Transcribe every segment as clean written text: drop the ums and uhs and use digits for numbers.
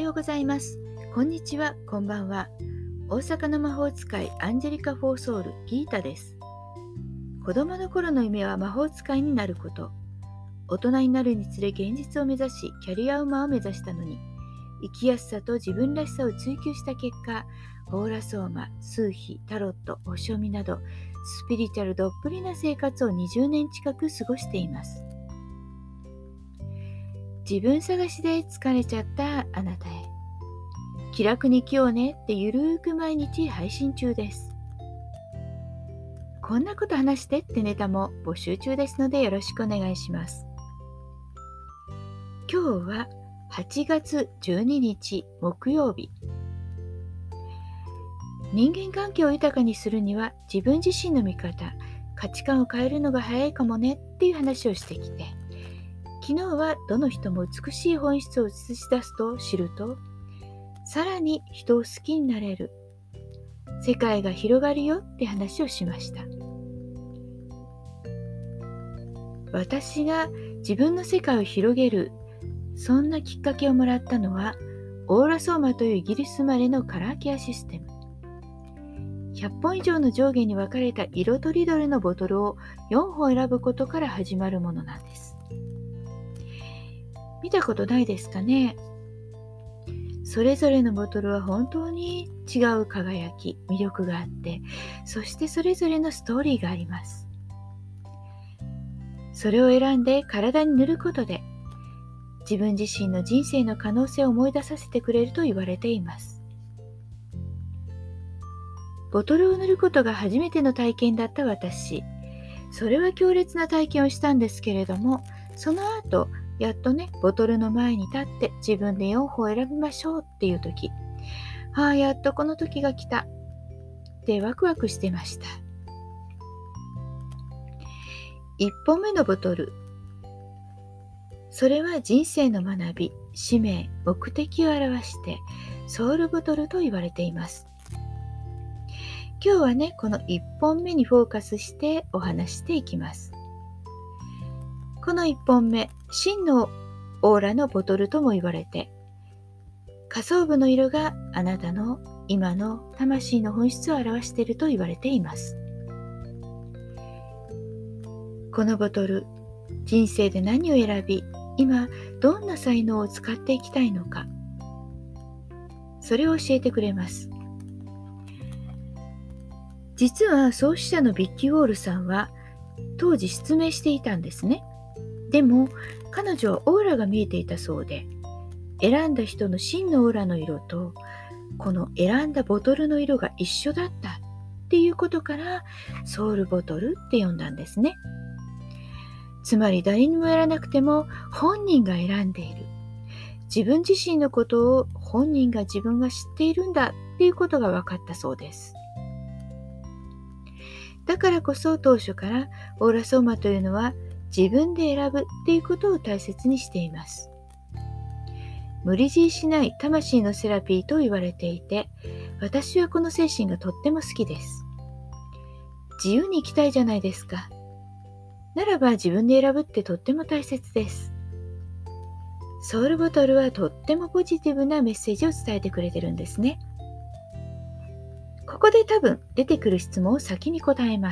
ようございます。こんにちは、こんばんは。大阪の魔法使いアンジェリカ・フォーソール・ギータです。子供の頃の夢は魔法使いになること。大人になるにつれ現実を目指し、キャリアウーマンを目指したのに、生きやすさと自分らしさを追求した結果、オーラソーマ、数秘、タロット、星読みなど、スピリチュアルどっぷりな生活を20年近く過ごしています。自分探しで疲れちゃったあなたへ。気楽に生きようねってゆるーく毎日配信中です。こんなこと話してってネタも募集中ですのでよろしくお願いします。今日は8月12日木曜日。人間関係を豊かにするには自分自身の見方、価値観を変えるのが早いかもねっていう話をしてきて、昨日はどの人も美しい本質を映し出すと知ると、さらに人を好きになれる、世界が広がるよって話をしました。私が自分の世界を広げる、そんなきっかけをもらったのは、オーラソーマというイギリス生まれのカラーケアシステム。100本以上の上下に分かれた色とりどりのボトルを4本選ぶことから始まるものなんです。見たことないですかね。それぞれのボトルは本当に違う輝き、魅力があって、そしてそれぞれのストーリーがあります。それを選んで体に塗ることで、自分自身の人生の可能性を思い出させてくれると言われています。ボトルを塗ることが初めての体験だった私。それは強烈な体験をしたんですけれども、その後、やっとね、ボトルの前に立って自分で4本選びましょうっていう時、やっとこの時が来たってワクワクしてました。1本目のボトル。それは人生の学び、使命、目的を表してソウルボトルと言われています。今日はね、この1本目にフォーカスしてお話していきます。この1本目、真のオーラのボトルとも言われて、下層部の色があなたの今の魂の本質を表していると言われています。このボトル、人生で何を選び、今どんな才能を使っていきたいのか、それを教えてくれます。実は創始者のビッキー・ウォールさんは当時失明していたんですね。でも彼女はオーラが見えていたそうで、選んだ人の真のオーラの色とこの選んだボトルの色が一緒だったっていうことからソウルボトルって呼んだんですね。つまり誰にもやらなくても本人が選んでいる、自分自身のことを本人が自分が知っているんだっていうことが分かったそうです。だからこそ当初からオーラソーマというのは自分で選ぶっていうことを大切にしています。無理強いしない魂のセラピーと言われていて、私はこの精神がとっても好きです。自由に生きたいじゃないですか。ならば自分で選ぶってとっても大切です。ソウルボトルはとってもポジティブなメッセージを伝えてくれてるんですね。ここで多分出てくる質問を先に答えます。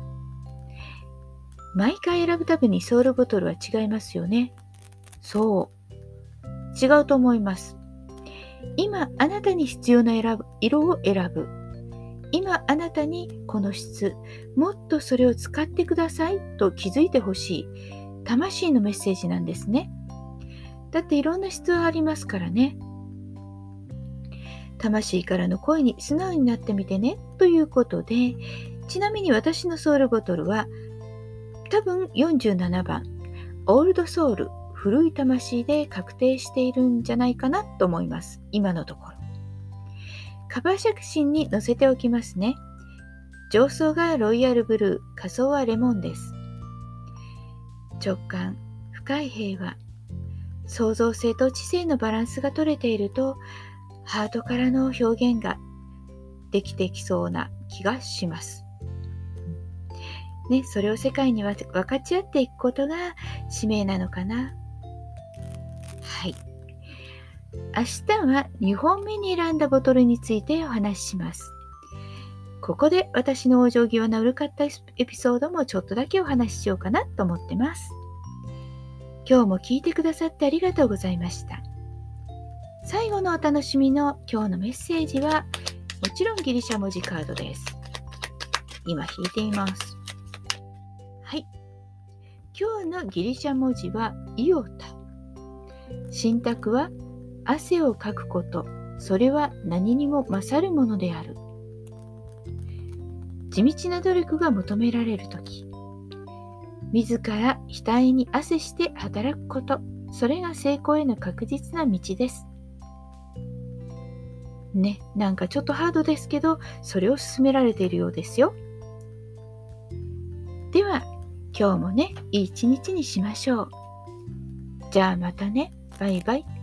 毎回選ぶたびにソウルボトルは違いますよね。そう。違うと思います。今あなたに必要な色を選ぶ。今あなたにこの質、もっとそれを使ってくださいと気づいてほしい魂のメッセージなんですね。だっていろんな質はありますからね。魂からの声に素直になってみてねということで、ちなみに私のソウルボトルは多分47番、オールドソウル、古い魂で確定しているんじゃないかなと思います。今のところ。カバー写真に載せておきますね。上層がロイヤルブルー、下層はレモンです。直感、深い平和、創造性と知性のバランスが取れていると、ハートからの表現ができてきそうな気がします。ね、それを世界に分かち合っていくことが使命なのかな。はい。 明日は2本目に選んだボトルについてお話しします。ここで私の往生際の悪かったエピソードもちょっとだけお話ししようかなと思ってます。今日も聞いてくださってありがとうございました。最後のお楽しみの今日のメッセージはもちろんギリシャ文字カードです。今引いています。はい。今日のギリシャ文字はイオタ。信託は汗をかくこと、それは何にも勝るものである。地道な努力が求められるとき、自ら額に汗して働くこと、それが成功への確実な道です。ね、なんかちょっとハードですけど、それを勧められているようですよ。では、今日もね、いい一日にしましょう。じゃあまたね、バイバイ。